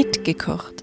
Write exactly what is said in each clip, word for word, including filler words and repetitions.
Mitgekocht.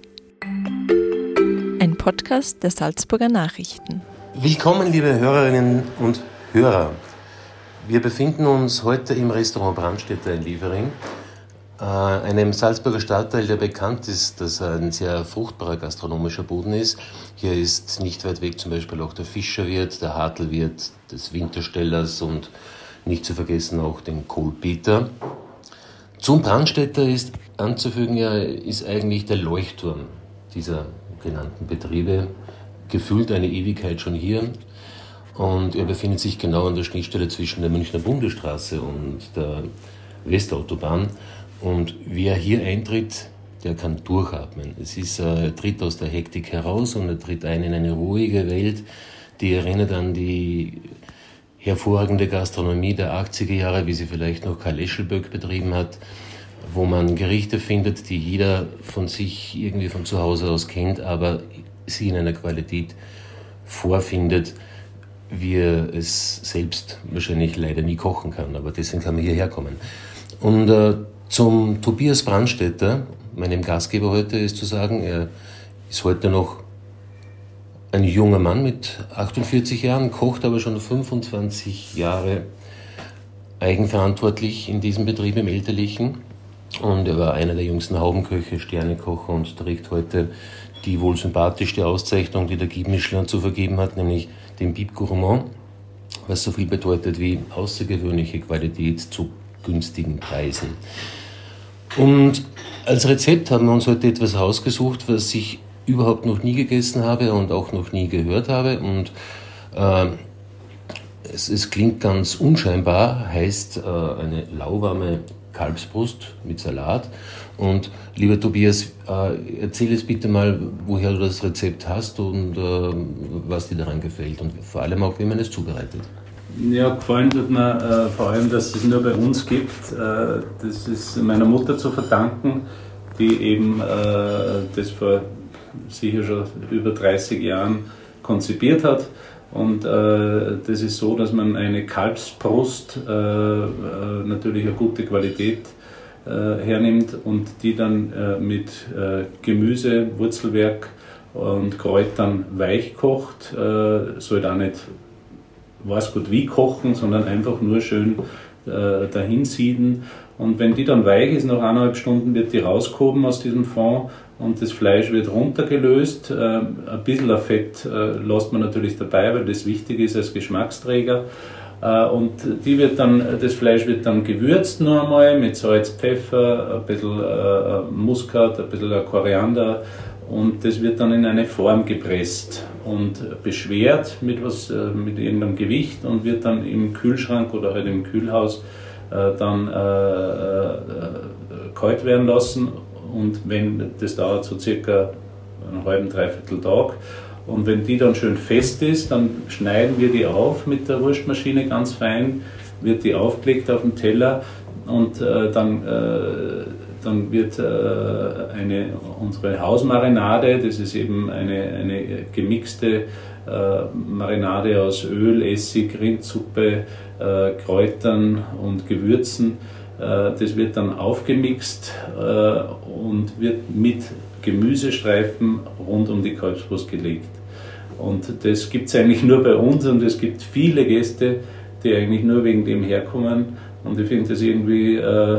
Ein Podcast der Salzburger Nachrichten. Willkommen, liebe Hörerinnen und Hörer. Wir befinden uns heute im Restaurant Brandstätter in Liefering, äh, einem Salzburger Stadtteil, der bekannt ist, dass er ein sehr fruchtbarer gastronomischer Boden ist. Hier ist nicht weit weg zum Beispiel auch der Fischerwirt, der Hartelwirt des Winterstellers und nicht zu vergessen auch den Kohlpeter. Zum Brandstätter ist anzufügen, ja, ist eigentlich der Leuchtturm dieser genannten Betriebe, gefühlt eine Ewigkeit schon hier. Und er befindet sich genau an der Schnittstelle zwischen der Münchner Bundesstraße und der Westautobahn. Und wer hier eintritt, der kann durchatmen. Es ist, er tritt aus der Hektik heraus und er tritt ein in eine ruhige Welt, die erinnert an die hervorragende Gastronomie der achtziger Jahre, wie sie vielleicht noch Karl Eschelböck betrieben hat, wo man Gerichte findet, die jeder von sich irgendwie von zu Hause aus kennt, aber sie in einer Qualität vorfindet, wie er es selbst wahrscheinlich leider nie kochen kann, aber deswegen kann man hierher kommen. Und äh, zum Tobias Brandstätter, meinem Gastgeber heute, ist zu sagen, er ist heute noch ein junger Mann mit achtundvierzig Jahren, kocht aber schon fünfundzwanzig Jahre eigenverantwortlich in diesem Betrieb im Elterlichen. Und er war einer der jüngsten Haubenköche, Sternekocher und trägt heute die wohl sympathischste Auszeichnung, die der Guide Michelin zu vergeben hat, nämlich den Bib Gourmand, was so viel bedeutet wie außergewöhnliche Qualität zu günstigen Preisen. Und als Rezept haben wir uns heute etwas rausgesucht, was ich überhaupt noch nie gegessen habe und auch noch nie gehört habe. Und äh, es, es klingt ganz unscheinbar, heißt äh, eine lauwarme Kalbsbrust mit Salat. Und lieber Tobias, äh, erzähl es bitte mal, woher du das Rezept hast und äh, was dir daran gefällt und vor allem auch, wie man es zubereitet. Ja, gefallen tut mir äh, vor allem, dass es nur bei uns gibt. Äh, das ist meiner Mutter zu verdanken, die eben äh, das vor sicher schon über dreißig Jahren konzipiert hat. Und äh, das ist so, dass man eine Kalbsbrust, äh, äh, natürlich eine gute Qualität äh, hernimmt und die dann äh, mit äh, Gemüse, Wurzelwerk und Kräutern weich kocht. Äh, sollte auch nicht weiß gut wie kochen, sondern einfach nur schön äh, dahin sieden. Und wenn die dann weich ist, nach eineinhalb Stunden wird die rausgehoben aus diesem Fond und das Fleisch wird runtergelöst. Äh, ein bisschen Fett äh, lässt man natürlich dabei, weil das wichtig ist als Geschmacksträger. Äh, und die wird dann, das Fleisch wird dann gewürzt noch einmal mit Salz, Pfeffer, ein bisschen äh, Muskat, ein bisschen Koriander. Und das wird dann in eine Form gepresst und beschwert mit, was, mit irgendeinem Gewicht und wird dann im Kühlschrank oder halt im Kühlhaus äh, dann äh, äh, kalt werden lassen. Und wenn das dauert so circa einen halben, dreiviertel Tag. Und wenn die dann schön fest ist, dann schneiden wir die auf mit der Wurstmaschine ganz fein, wird die aufgelegt auf den Teller und äh, dann äh, Dann wird äh, eine, unsere Hausmarinade, das ist eben eine, eine gemixte äh, Marinade aus Öl, Essig, Rindsuppe, äh, Kräutern und Gewürzen. Äh, das wird dann aufgemixt äh, und wird mit Gemüsestreifen rund um die Kalbsbrust gelegt. Und das gibt es eigentlich nur bei uns und es gibt viele Gäste, die eigentlich nur wegen dem herkommen. Und ich finde das irgendwie äh,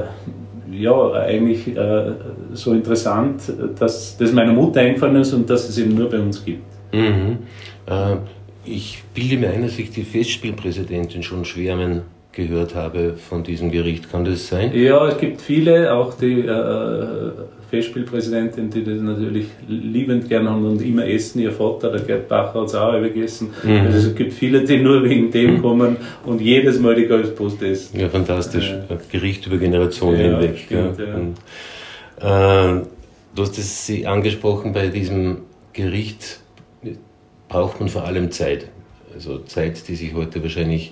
ja, eigentlich äh, so interessant, dass das meiner Mutter eingefallen ist und dass es eben nur bei uns gibt. Mhm. Äh, ich bilde mir ein, dass ich die Festspielpräsidentin schon schwärmen gehört habe von diesem Gericht. Kann das sein? Ja, es gibt viele, auch die äh, Festspielpräsidentin, die das natürlich liebend gern haben und immer essen. Ihr Vater, der Gerd Bacher, hat es auch gegessen. Mhm. Also es gibt viele, die nur wegen dem kommen und jedes Mal die Kalbsbrust essen. Ja, fantastisch. Äh, Gericht über Generationen ja, hinweg. Stimmt, ja. Ja. Und, äh, du hast es angesprochen, bei diesem Gericht braucht man vor allem Zeit. Also Zeit, die sich heute wahrscheinlich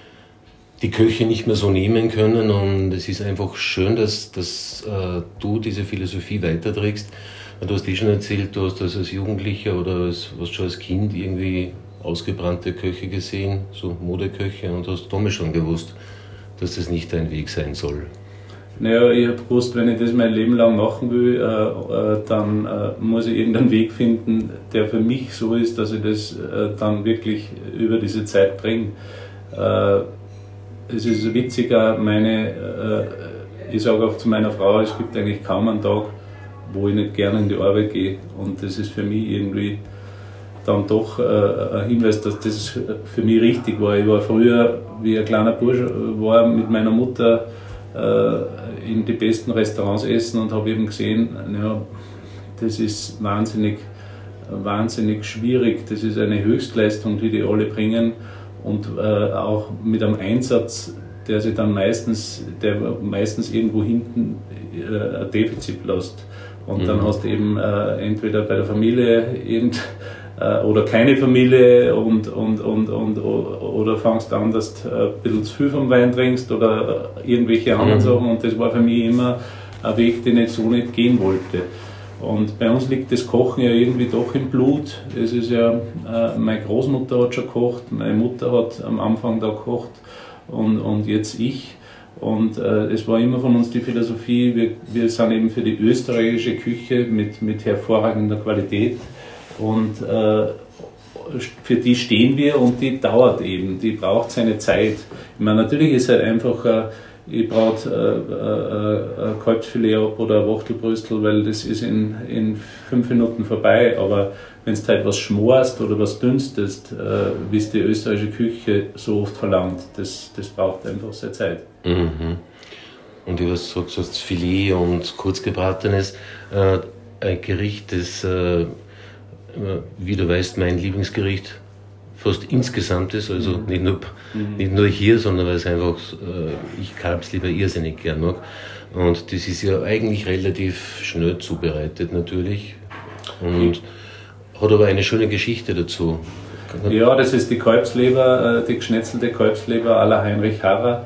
die Köche nicht mehr so nehmen können, und es ist einfach schön, dass, dass äh, du diese Philosophie weiterträgst. Du hast eh schon erzählt, du hast das als Jugendlicher oder als, was schon als Kind irgendwie ausgebrannte Köche gesehen, so Modeköche, und hast damals schon gewusst, dass das nicht dein Weg sein soll. Naja, ich habe gewusst, wenn ich das mein Leben lang machen will, äh, äh, dann äh, muss ich irgendeinen Weg finden, der für mich so ist, dass ich das äh, dann wirklich über diese Zeit bringe. Äh, es ist witziger, meine, äh, ich sage auch zu meiner Frau, es gibt eigentlich kaum einen Tag, wo ich nicht gerne in die Arbeit gehe. Und das ist für mich irgendwie dann doch äh, ein Hinweis, dass das für mich richtig war. Ich war früher, wie ein kleiner Bursch war, mit meiner Mutter in die besten Restaurants essen und habe eben gesehen, ja, das ist wahnsinnig, wahnsinnig schwierig. Das ist eine Höchstleistung, die die alle bringen und äh, auch mit einem Einsatz, der sich dann meistens, der meistens irgendwo hinten äh, ein Defizit lässt. Und mhm. dann hast du eben äh, entweder bei der Familie irgend oder keine Familie und, und, und, und, oder fangst an, dass du ein bisschen zu viel vom Wein trinkst oder irgendwelche anderen mhm. Sachen, und das war für mich immer ein Weg, den ich so nicht gehen wollte. Und bei uns liegt das Kochen ja irgendwie doch im Blut. Es ist ja, äh, meine Großmutter hat schon gekocht, meine Mutter hat am Anfang da gekocht und, und jetzt ich. Und äh, es war immer von uns die Philosophie, wir, wir sind eben für die österreichische Küche mit, mit hervorragender Qualität. Und äh, für die stehen wir, und die dauert eben, die braucht seine Zeit. Ich meine, natürlich ist halt einfach, äh, ich brauche äh, äh, ein Kalbsfilet ab oder ein Wachtelbröstel, weil das ist in, in fünf Minuten vorbei. Aber wenn du halt was schmorst oder was dünstest, äh, wie es die österreichische Küche so oft verlangt, das, das braucht einfach seine Zeit. Mhm. Und du hast gesagt, so Filet und kurzgebratenes, äh, ein Gericht, das äh, wie du weißt, mein Lieblingsgericht fast insgesamt ist, also mhm. nicht, nur, mhm. nicht nur hier, sondern weil es einfach, äh, ich Kalbs lieber irrsinnig gern mag. Und das ist ja eigentlich relativ schnell zubereitet natürlich und hat aber eine schöne Geschichte dazu. Ja, das ist die Kalbsleber, die geschnetzelte Kalbsleber à la Heinrich Harrer.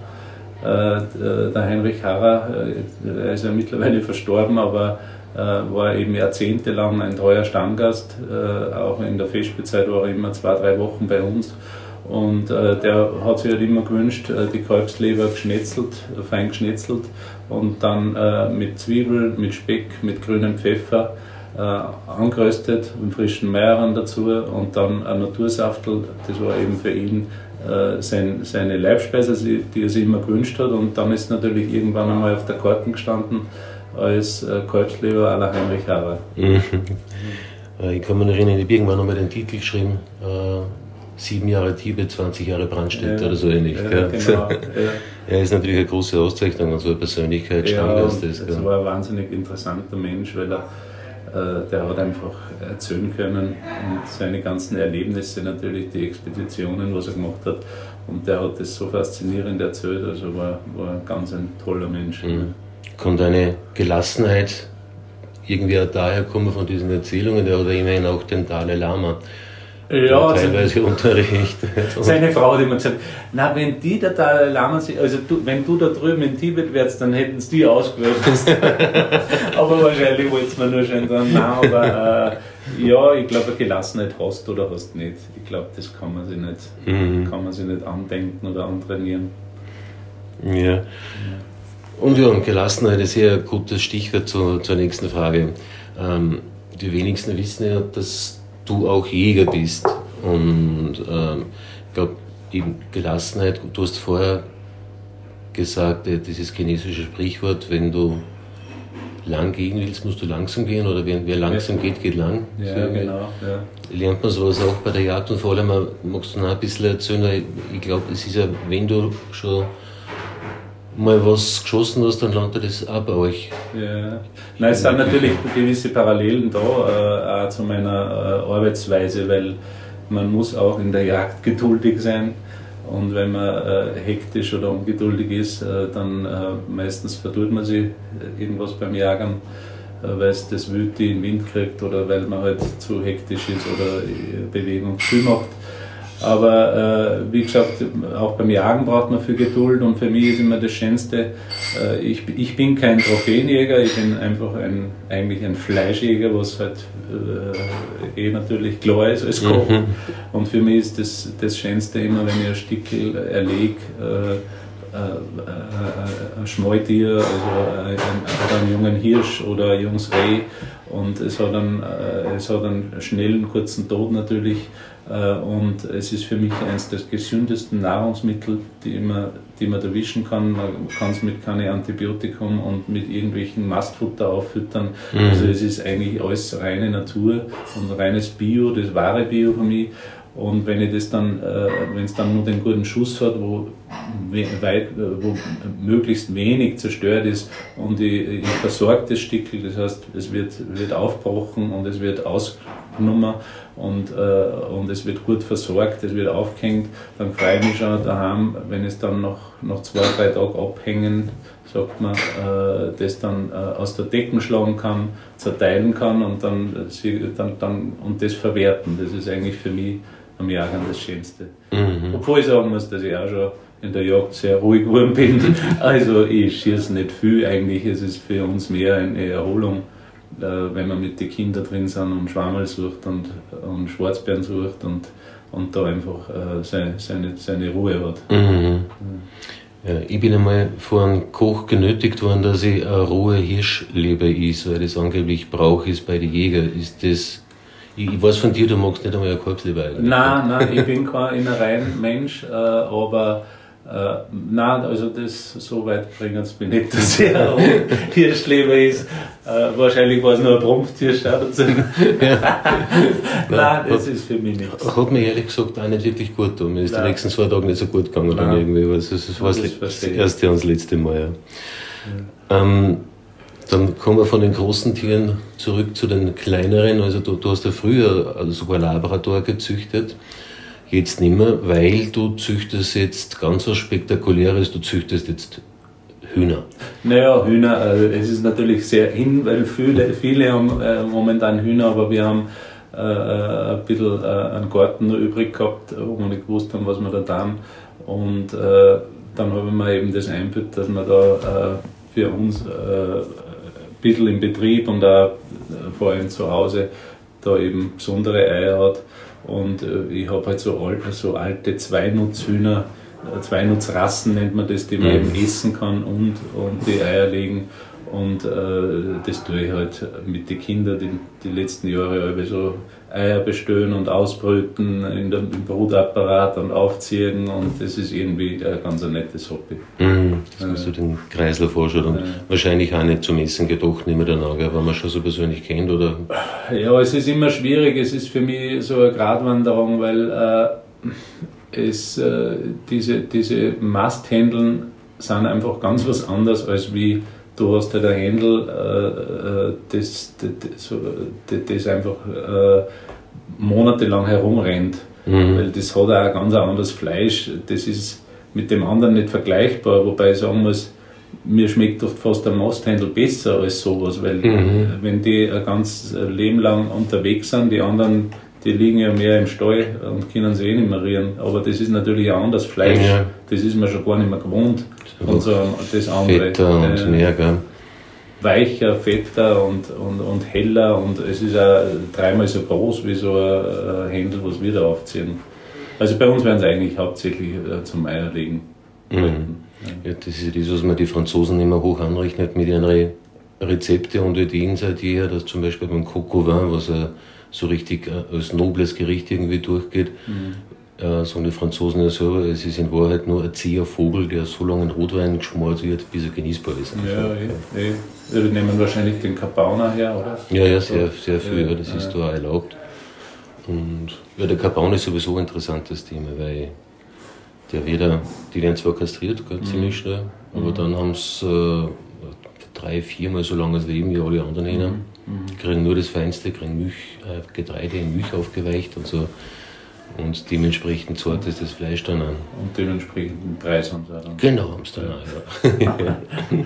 Der Heinrich Harrer, er ist ja mittlerweile verstorben, aber war eben jahrzehntelang ein treuer Stammgast, auch in der Festspielzeit war er immer zwei, drei Wochen bei uns, und der hat sich halt immer gewünscht, die Kalbsleber geschnetzelt, fein geschnetzelt und dann mit Zwiebel, mit Speck, mit grünem Pfeffer angeröstet, mit frischen Meierern dazu und dann ein Natursaftel, das war eben für ihn sein, seine Leibspeise, die er sich immer gewünscht hat, und dann ist natürlich irgendwann einmal auf der Karte gestanden, als äh, Kalbsleber à la Heinrich Harrer. Mhm. Ich kann mich erinnern, ich habe irgendwann einmal den Titel geschrieben, äh, sieben Jahre Tibet, zwanzig Jahre Brandstätte ja, oder so ähnlich. Ja, genau, ja. Er ist natürlich eine große Auszeichnung und so eine Persönlichkeit, ja, Stammgast ist. Es war ein wahnsinnig interessanter Mensch, weil er, äh, der hat einfach erzählen können und seine ganzen Erlebnisse, natürlich die Expeditionen, was er gemacht hat, und der hat das so faszinierend erzählt, also war, war ein ganz ein toller Mensch. Mhm. Kann deine Gelassenheit irgendwie auch daher kommen von diesen Erzählungen? Der hat immerhin auch den Dalai Lama ja, teilweise also, unterrichtet. Seine Frau hat immer gesagt, na, wenn die der Dalai Lama, also du, wenn du da drüben in Tibet wärst, dann hätten sie die ausgewählt. Aber wahrscheinlich wollte es mir nur schon sagen, nein, aber äh, ja, ich glaube, Gelassenheit hast du oder hast nicht. Ich glaube, das kann man sich nicht, mhm. kann man sich nicht andenken oder antrainieren. Ja. ja. Und ja, Gelassenheit ist eher ein gutes Stichwort zu, zur nächsten Frage. Ähm, die wenigsten wissen ja, dass du auch Jäger bist. Und ähm, ich glaube, eben Gelassenheit, du hast vorher gesagt, dieses chinesische Sprichwort, wenn du lang gehen willst, musst du langsam gehen, oder wer, wer langsam geht, geht lang. Ja, so, genau. Ja. Lernt man sowas auch bei der Jagd, und vor allem, magst du noch ein bisschen erzählen, weil ich glaube, es ist ja, wenn du schon mal was geschossen hast, dann landet das auch bei euch. Ja. Nein, es sind natürlich gewisse Parallelen da, äh, auch zu meiner äh, Arbeitsweise, weil man muss auch in der Jagd geduldig sein, und wenn man äh, hektisch oder ungeduldig ist, äh, dann äh, meistens verdurrt man sich irgendwas beim Jagen, äh, weil es das Wild in den Wind kriegt oder weil man halt zu hektisch ist oder Bewegung zu viel macht. Aber äh, wie gesagt, auch beim Jagen braucht man viel Geduld, und für mich ist immer das Schönste, äh, ich, ich bin kein Trophäenjäger, ich bin einfach ein, eigentlich ein Fleischjäger, was halt äh, eh natürlich klar ist als Koch. Mhm. Und für mich ist das, das Schönste immer, wenn ich ein Stückel erlege, äh, äh, ein Schmaltier, also ein, ein, einen jungen Hirsch oder ein junges Reh, und es hat einen, äh, es hat einen schnellen, kurzen Tod natürlich, äh, und es ist für mich eines der gesündesten Nahrungsmittel, die man, die man erwischen kann. Man kann es mit keine Antibiotikum und mit irgendwelchen Mastfutter auffüttern. Mhm. Also es ist eigentlich alles reine Natur und reines Bio, das wahre Bio für mich. Und wenn ich das dann, äh, wenn es dann nur den guten Schuss hat, wo, weit, wo möglichst wenig zerstört ist, und ich, ich versorge das Stickel, das heißt, es wird, wird aufgebrochen und es wird ausgenommen und, äh, und es wird gut versorgt, es wird aufgehängt, dann freue ich mich schon daheim, wenn es dann noch, noch zwei, drei Tage abhängen, sagt man, äh, das dann äh, aus der Decken schlagen kann, zerteilen kann und dann, äh, dann, dann und das verwerten. Das ist eigentlich für mich am Jagen das Schönste. Mhm. Obwohl ich sagen muss, dass ich auch schon in der Jagd sehr ruhig geworden bin. Also ich schieße nicht viel eigentlich. Es ist für uns mehr eine Erholung, äh, wenn man mit den Kindern drin sind und Schwammerl sucht und, und Schwarzbären sucht und, und da einfach äh, seine, seine, seine Ruhe hat. Mhm. Ja. Ja, ich bin einmal vor einem Koch genötigt worden, dass ich eine rohe Hirschleber is, weil das angeblich Brauch ist bei den Jägern. Ist das... Ich weiß von dir, du magst nicht einmal eine Kalbsleber eigentlich. Nein, nein, ich bin kein Innereien-Mensch, äh, aber äh, nein, also das so weit bringen es mich nicht, dass ich eine Hirschleber ist. Äh, wahrscheinlich war es nur ein Prumpftier, schau dazu. Ja. Nein, das hat, ist für mich nichts. Hat mir ehrlich gesagt auch nicht wirklich gut getan. Mir ist die nächsten zwei Tage nicht so gut gegangen. Dann irgendwie. Also das war das, das erste und das letzte Mal. Ja. Ja. Ähm, Dann kommen wir von den großen Tieren zurück zu den kleineren. Also du, du hast ja früher sogar Labrador gezüchtet, jetzt nicht mehr, weil du züchtest jetzt ganz was Spektakuläres, du züchtest jetzt Hühner. Naja, Hühner, also es ist natürlich sehr in, weil viele, viele haben äh, momentan Hühner, aber wir haben äh, ein bisschen äh, einen Garten noch übrig gehabt, wo wir nicht gewusst haben, was wir da tun. Und äh, dann haben wir eben das eingebaut, dass wir da äh, für uns äh, ein bisschen im Betrieb und auch vor allem zu Hause da eben besondere Eier hat. Und ich habe halt so alte, so alte Zweinutzhühner, Zweinutzrassen nennt man das, die man mhm. eben essen kann und, und die Eier legen. Und äh, das tue ich halt mit den Kindern die, die letzten Jahre so Eier bestellen und ausbrüten in der, im Brutapparat und aufziehen, und das ist irgendwie ein ganz ein nettes Hobby. Mhm, das musst äh, du den Kreislauf anschauen und äh, wahrscheinlich auch nicht zum Essen gedacht, nicht mehr danach, wenn man schon so persönlich kennt, oder? Ja, es ist immer schwierig, es ist für mich so eine Gratwanderung, weil äh, es, äh, diese, diese Masthändeln sind einfach ganz was anderes als wie du hast halt ein Händel, äh, das, das, das, das einfach äh, monatelang herumrennt, mhm. weil das hat auch ein ganz anderes Fleisch, das ist mit dem anderen nicht vergleichbar, wobei ich sagen muss, mir schmeckt oft fast ein Masthändel besser als sowas, weil mhm. wenn die ein ganzes Leben lang unterwegs sind, die anderen, die liegen ja mehr im Stall und können sie eh nicht mehr rieren, aber das ist natürlich ein anderes Fleisch, ja. Das ist man schon gar nicht mehr gewohnt. Und so das andere. Fetter und äh, mehr, gell? Weicher, fetter und, und, und heller, und es ist auch dreimal so groß wie so ein Händel, was wir da aufziehen. Also bei uns werden sie eigentlich hauptsächlich zum Eierlegen. Mhm. Ja. Ja, das ist das, was man die Franzosen immer hoch anrechnet mit ihren Rezepte und Ideen seit jeher, dass zum Beispiel beim Coq au vin, was uh, so richtig uh, als nobles Gericht irgendwie durchgeht, mhm. Äh, sagen die Franzosen ja selber, es ist in Wahrheit nur ein zäher Vogel, der so lange in Rotwein geschmort wird, bis er genießbar ist. Ja, eh, eh. Wir nehmen wahrscheinlich den Kapauna her, oder? Ja, ja, sehr, sehr viel, ja, das ja. ist da auch erlaubt. Und ja, der Kapauna ist sowieso ein interessantes Thema, weil der wird, die werden zwar kastriert, mhm. ziemlich schnell, aber mhm. dann haben sie äh, drei, viermal so langes Leben wie alle anderen Hähner, mhm. kriegen nur das Feinste, kriegen Milch, äh, Getreide in Milch aufgeweicht und so. Und dementsprechend zart ist das Fleisch dann an. Und dementsprechend den Preis haben sie auch dann. Genau, haben sie dann auch, ja. ja.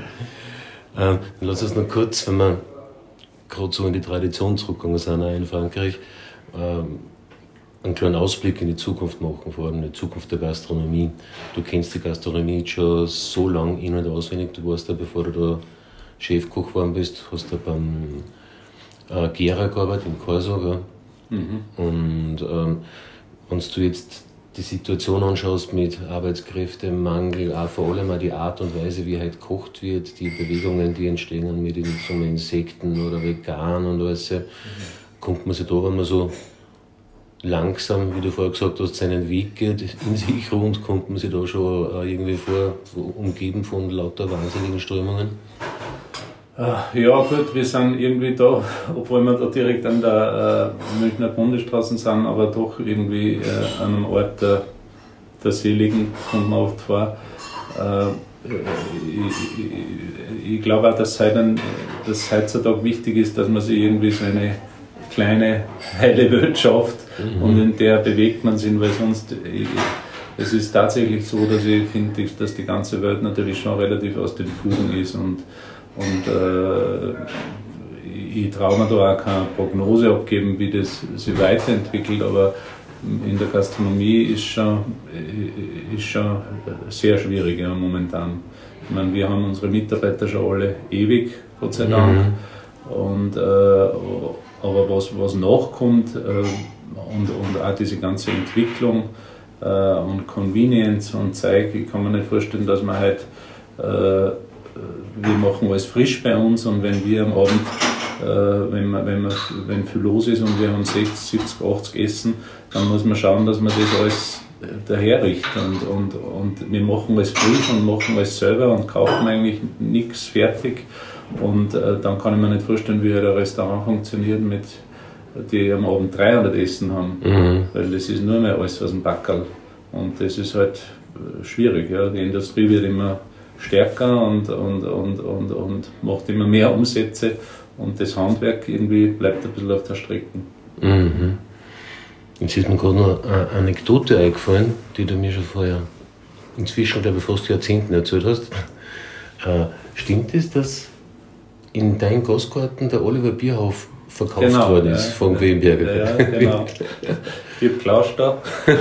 ähm, lass uns noch kurz, wenn wir gerade so in die Tradition zurückgegangen sind, auch in Frankreich, ähm, einen kleinen Ausblick in die Zukunft machen, vor allem in die Zukunft der Gastronomie. Du kennst die Gastronomie schon so lange in- und auswendig, du warst da, bevor du da Chefkoch geworden bist, hast da beim äh, Gera gearbeitet, im Corso, gell? Mhm. Und ähm, wenn du jetzt die Situation anschaust mit Arbeitskräftemangel, auch vor allem auch die Art und Weise, wie heute gekocht wird, die Bewegungen, die entstehen mit so Insekten oder vegan und alles, mhm. kommt man sich da, wenn man so langsam, wie du vorher gesagt hast, seinen Weg geht, in sich rund, kommt man sich da schon irgendwie vor, umgeben von lauter wahnsinnigen Strömungen? Ja gut, wir sind irgendwie da, obwohl wir da direkt an der äh, Münchner Bundesstraße sind, aber doch irgendwie äh, an einem Ort der, der Seligen, kommt man oft vor. Äh, ich, ich, ich glaube auch, dass es heutzutage wichtig ist, dass man sich irgendwie so eine kleine, heile Welt schafft, mhm. und in der bewegt man sich, weil sonst, ich, es ist tatsächlich so, dass ich finde, dass die ganze Welt natürlich schon relativ aus den Fugen ist und Und äh, ich traue mir da auch keine Prognose abgeben, wie das sich weiterentwickelt, aber in der Gastronomie ist schon, ist schon sehr schwierig, ja, momentan. Ich meine, wir haben unsere Mitarbeiter schon alle ewig, Gott sei Dank. Mhm. Und, äh, aber was, was nachkommt äh, und, und auch diese ganze Entwicklung äh, und Convenience und Zeug, ich kann mir nicht vorstellen, dass man halt äh, wir machen alles frisch bei uns und wenn wir am Abend, äh, wenn, man, wenn, man, wenn viel los ist und wir haben sechzig, siebzig, achtzig Essen, dann muss man schauen, dass man das alles daherrichtet und, und, und wir machen alles frisch und machen alles selber und kaufen eigentlich nichts fertig und äh, dann kann ich mir nicht vorstellen, wie ein Restaurant funktioniert, mit, die am Abend dreihundert Essen haben, mhm. weil das ist nur mehr alles aus dem Backerl und das ist halt schwierig, ja. Die Industrie wird immer stärker und, und, und, und, und macht immer mehr Umsätze und das Handwerk irgendwie bleibt ein bisschen auf der Strecke. Mhm. Jetzt ist mir gerade noch eine Anekdote eingefallen, die du mir schon vorher inzwischen, glaube ich, fast Jahrzehnten erzählt hast. Äh, stimmt es, dass in deinem Gastgarten der Oliver Bierhoff verkauft genau, worden ist, ja, von ja, Wemberger? Ja, genau. Ich habe gelauscht da.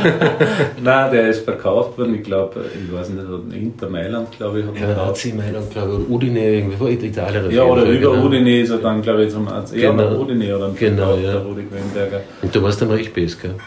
Nein, der ist verkauft worden, ich glaube, ich weiß nicht, Inter Mailand, glaube ich, hat ja, A C Mailand, glaube ich, oder Udine, irgendwie war Italien. Ja, oder über genau. Udine ist er dann, glaube ich, zum A C. Ja, genau. Udine oder genau, ja. Der Rudi Wemberger. Und du warst dann recht best, gell?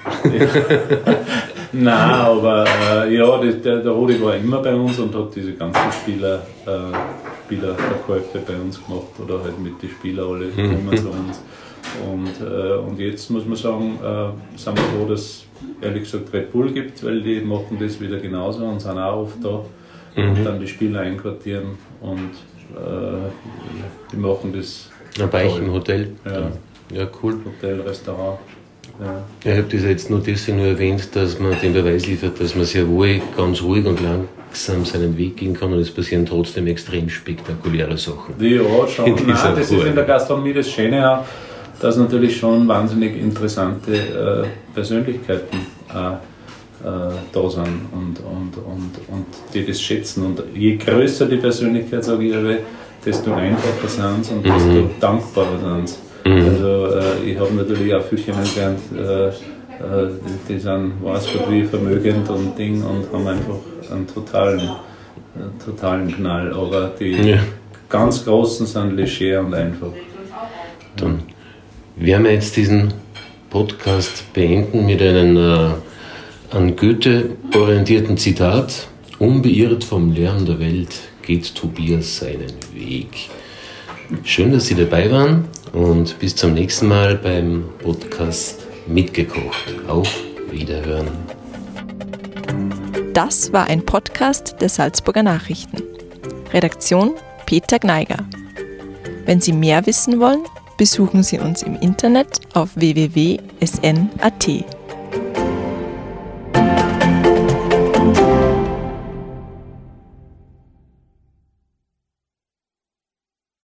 Nein, aber äh, ja, das, der, der Rudi war immer bei uns und hat diese ganzen Spieler, äh, Spielerverkäufe bei uns gemacht oder halt mit den Spielern alle kommen zu uns. Und, äh, und jetzt muss man sagen, äh, sind wir froh, dass es ehrlich gesagt Red Bull gibt, weil die machen das wieder genauso und sind auch oft da mhm. und dann die Spieler einquartieren und äh, die machen das. Ein Beichenhotel. Ja. Ja, cool. Hotel, Restaurant. Ja. Ich habe das jetzt nur deswegen nur erwähnt, dass man den Beweis liefert, dass man sehr wohl ganz ruhig und langsam seinen Weg gehen kann und es passieren trotzdem extrem spektakuläre Sachen. Ja, schon. Nein, das ist in der Gastronomie das Schöne auch, dass natürlich schon wahnsinnig interessante äh, Persönlichkeiten äh, äh, da sind und, und, und, und die das schätzen. Und je größer die Persönlichkeit, sage ich, desto einfacher sind sie und desto mhm. dankbarer sind sie. Mhm. Also äh, ich habe natürlich auch viele kennengelernt, äh, äh, die, die sind weiß Gott wie vermögend und Ding und haben einfach einen totalen, äh, totalen Knall. Aber die ja. ganz Großen sind leger und einfach. Dann werden wir jetzt diesen Podcast beenden mit einem äh, an Goethe orientierten Zitat. Unbeirrt vom Lärm der Welt geht Tobias seinen Weg. Schön, dass Sie dabei waren und bis zum nächsten Mal beim Podcast Mitgekocht. Auf Wiederhören. Das war ein Podcast der Salzburger Nachrichten. Redaktion Peter Gneiger. Wenn Sie mehr wissen wollen, besuchen Sie uns im Internet auf w w w punkt s n punkt a t.